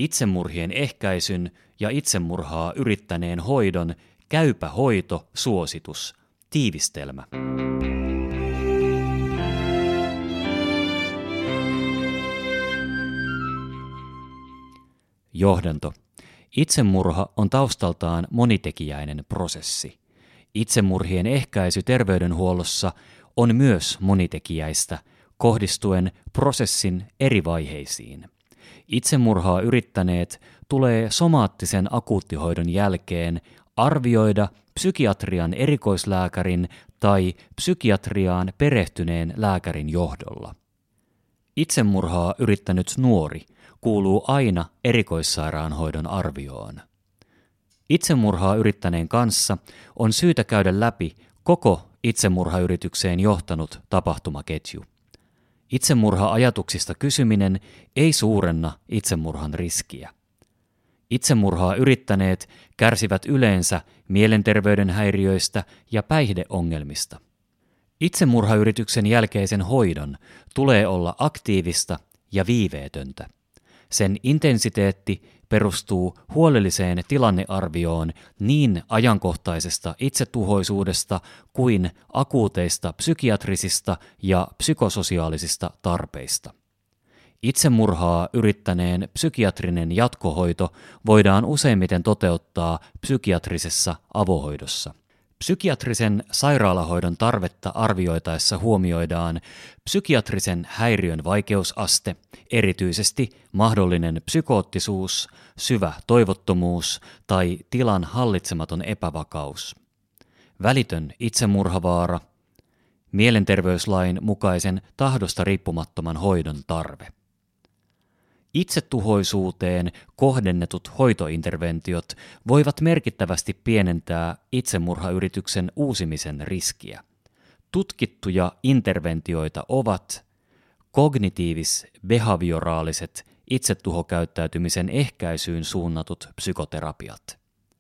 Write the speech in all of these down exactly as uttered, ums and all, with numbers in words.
Itsemurhien ehkäisyn ja itsemurhaa yrittäneen hoidon käypä hoito suositus. Tiivistelmä. Johdanto. Itsemurha on taustaltaan monitekijäinen prosessi. Itsemurhien ehkäisy terveydenhuollossa on myös monitekijäistä, kohdistuen prosessin eri vaiheisiin. Itsemurhaa yrittäneet tulee somaattisen akuuttihoidon jälkeen arvioida psykiatrian erikoislääkärin tai psykiatriaan perehtyneen lääkärin johdolla. Itsemurhaa yrittänyt nuori kuuluu aina erikoissairaanhoidon arvioon. Itsemurhaa yrittäneen kanssa on syytä käydä läpi koko itsemurhayritykseen johtanut tapahtumaketju. Itsemurha-ajatuksista kysyminen ei suurenna itsemurhan riskiä. Itsemurhaa yrittäneet kärsivät yleensä mielenterveyden häiriöistä ja päihdeongelmista. Itsemurhayrityksen jälkeisen hoidon tulee olla aktiivista ja viiveetöntä. Sen intensiteetti perustuu huolelliseen tilannearvioon niin ajankohtaisesta itsetuhoisuudesta kuin akuuteista psykiatrisista ja psykososiaalisista tarpeista. Itsemurhaa yrittäneen psykiatrinen jatkohoito voidaan useimmiten toteuttaa psykiatrisessa avohoidossa. Psykiatrisen sairaalahoidon tarvetta arvioitaessa huomioidaan psykiatrisen häiriön vaikeusaste, erityisesti mahdollinen psykoottisuus, syvä toivottomuus tai tilan hallitsematon epävakaus. Välitön itsemurhavaara, mielenterveyslain mukaisen tahdosta riippumattoman hoidon tarve. Itsetuhoisuuteen kohdennetut hoitointerventiot voivat merkittävästi pienentää itsemurhayrityksen uusimisen riskiä. Tutkittuja interventioita ovat kognitiivis-behavioraaliset itsetuhokäyttäytymisen ehkäisyyn suunnatut psykoterapiat.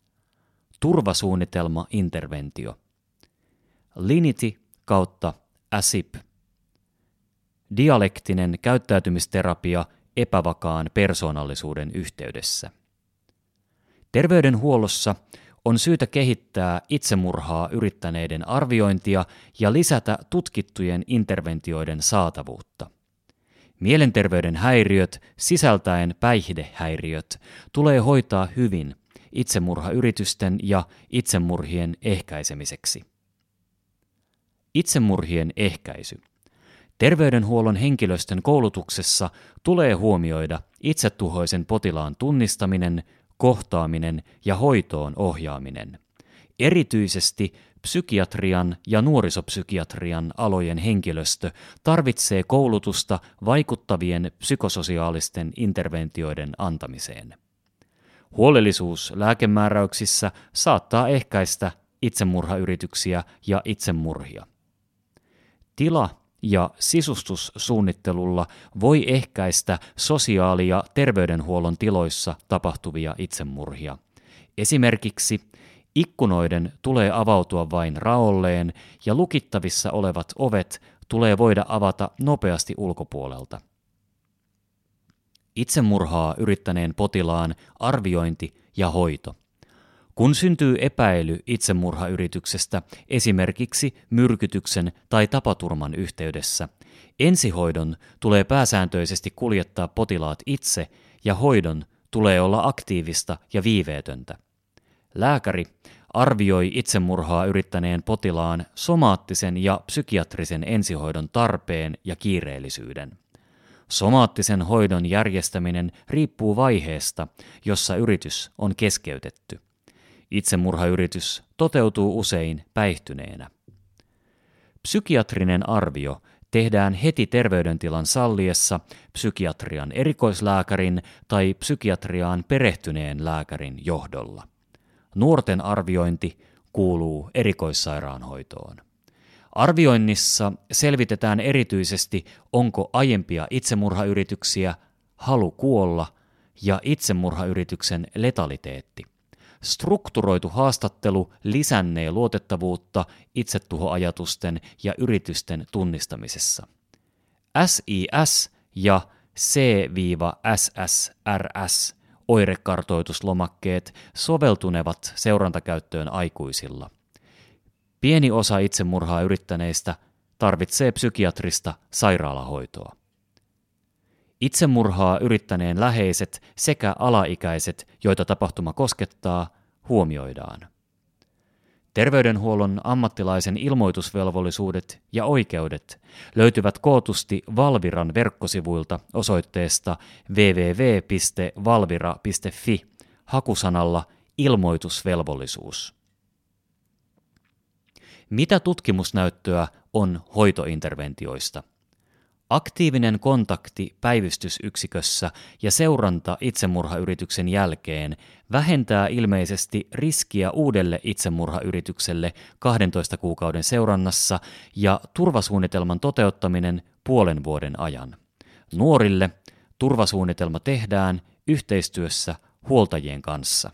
Turvasuunnitelma-interventio. Linity kautta A S I P. Dialektinen käyttäytymisterapia epävakaan persoonallisuuden yhteydessä. Terveydenhuollossa on syytä kehittää itsemurhaa yrittäneiden arviointia ja lisätä tutkittujen interventioiden saatavuutta. Mielenterveyden häiriöt, sisältäen päihdehäiriöt, tulee hoitaa hyvin itsemurhayritysten ja itsemurhien ehkäisemiseksi. Itsemurhien ehkäisy. Terveydenhuollon henkilöstön koulutuksessa tulee huomioida itsetuhoisen potilaan tunnistaminen, kohtaaminen ja hoitoon ohjaaminen. Erityisesti psykiatrian ja nuorisopsykiatrian alojen henkilöstö tarvitsee koulutusta vaikuttavien psykososiaalisten interventioiden antamiseen. Huolellisuus lääkemääräyksissä saattaa ehkäistä itsemurhayrityksiä ja itsemurhia. Tila- ja sisustussuunnittelulla voi ehkäistä sosiaali- ja terveydenhuollon tiloissa tapahtuvia itsemurhia. Esimerkiksi ikkunoiden tulee avautua vain raolleen ja lukittavissa olevat ovet tulee voida avata nopeasti ulkopuolelta. Itsemurhaa yrittäneen potilaan arviointi ja hoito. Kun syntyy epäily itsemurhayrityksestä esimerkiksi myrkytyksen tai tapaturman yhteydessä, ensihoidon tulee pääsääntöisesti kuljettaa potilaat itse ja hoidon tulee olla aktiivista ja viiveetöntä. Lääkäri arvioi itsemurhaa yrittäneen potilaan somaattisen ja psykiatrisen ensihoidon tarpeen ja kiireellisyyden. Somaattisen hoidon järjestäminen riippuu vaiheesta, jossa yritys on keskeytetty. Itsemurhayritys toteutuu usein päihtyneenä. Psykiatrinen arvio tehdään heti terveydentilan salliessa psykiatrian erikoislääkärin tai psykiatriaan perehtyneen lääkärin johdolla. Nuorten arviointi kuuluu erikoissairaanhoitoon. Arvioinnissa selvitetään erityisesti, onko aiempia itsemurhayrityksiä, halu kuolla ja itsemurhayrityksen letaliteetti. Strukturoitu haastattelu lisännee luotettavuutta itsetuhoajatusten ja yritysten tunnistamisessa. S I S ja C S S R S oirekartoituslomakkeet soveltunevat seurantakäyttöön aikuisilla. Pieni osa itsemurhaa yrittäneistä tarvitsee psykiatrista sairaalahoitoa. Itsemurhaa yrittäneen läheiset sekä alaikäiset, joita tapahtuma koskettaa, huomioidaan. Terveydenhuollon ammattilaisen ilmoitusvelvollisuudet ja oikeudet löytyvät kootusti Valviran verkkosivuilta osoitteesta double-u double-u double-u piste valvira piste fi hakusanalla ilmoitusvelvollisuus. Mitä tutkimusnäyttöä on hoitointerventioista? Aktiivinen kontakti päivystysyksikössä ja seuranta itsemurhayrityksen jälkeen vähentää ilmeisesti riskiä uudelle itsemurhayritykselle kahdentoista kuukauden seurannassa ja turvasuunnitelman toteuttaminen puolen vuoden ajan. Nuorille turvasuunnitelma tehdään yhteistyössä huoltajien kanssa.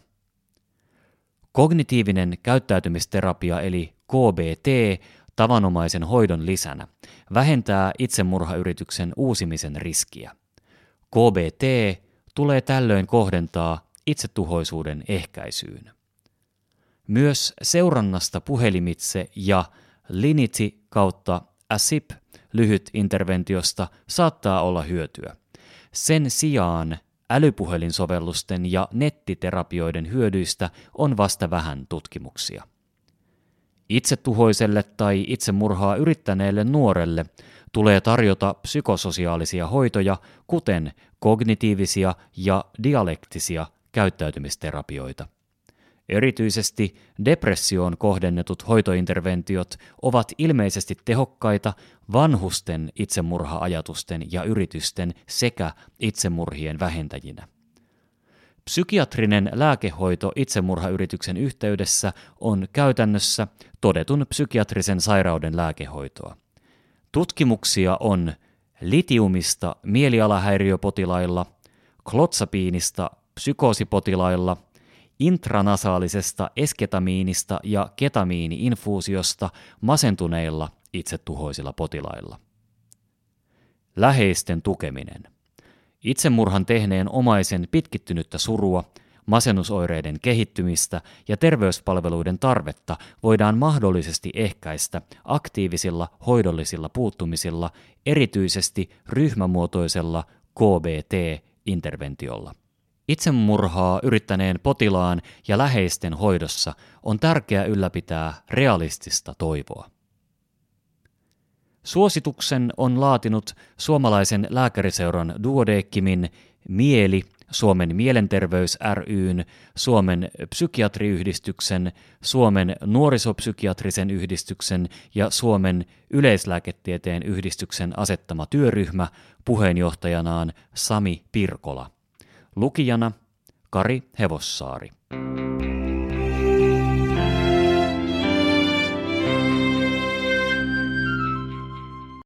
Kognitiivinen käyttäytymisterapia eli K B T tavanomaisen hoidon lisänä vähentää itsemurhayrityksen uusimisen riskiä. K B T tulee tällöin kohdentaa itsetuhoisuuden ehkäisyyn. Myös seurannasta puhelimitse ja Linity kautta A S I P lyhytinterventiosta saattaa olla hyötyä. Sen sijaan älypuhelinsovellusten ja nettiterapioiden hyödyistä on vasta vähän tutkimuksia. Itsetuhoiselle tai itsemurhaa yrittäneelle nuorelle tulee tarjota psykososiaalisia hoitoja, kuten kognitiivisia ja dialektisia käyttäytymisterapioita. Erityisesti depressioon kohdennetut hoitointerventiot ovat ilmeisesti tehokkaita vanhusten itsemurha-ajatusten ja yritysten sekä itsemurhien vähentäjinä. Psykiatrinen lääkehoito itsemurhayrityksen yhteydessä on käytännössä todetun psykiatrisen sairauden lääkehoitoa. Tutkimuksia on litiumista mielialahäiriöpotilailla, klotsapiinista psykoosipotilailla, intranasaalisesta esketamiinista ja ketamiini-infuusiosta masentuneilla itsetuhoisilla potilailla. Läheisten tukeminen. Itsemurhan tehneen omaisen pitkittynyttä surua, masennusoireiden kehittymistä ja terveyspalveluiden tarvetta voidaan mahdollisesti ehkäistä aktiivisilla hoidollisilla puuttumisilla, erityisesti ryhmämuotoisella K B T-interventiolla. Itsemurhaa yrittäneen potilaan ja läheisten hoidossa on tärkeää ylläpitää realistista toivoa. Suosituksen on laatinut suomalaisen lääkäriseuran Duodecimin Mieli, Suomen mielenterveys ry:n, Suomen psykiatriyhdistyksen, Suomen nuorisopsykiatrisen yhdistyksen ja Suomen yleislääketieteen yhdistyksen asettama työryhmä puheenjohtajanaan Sami Pirkola. Lukijana Kari Hevossaari.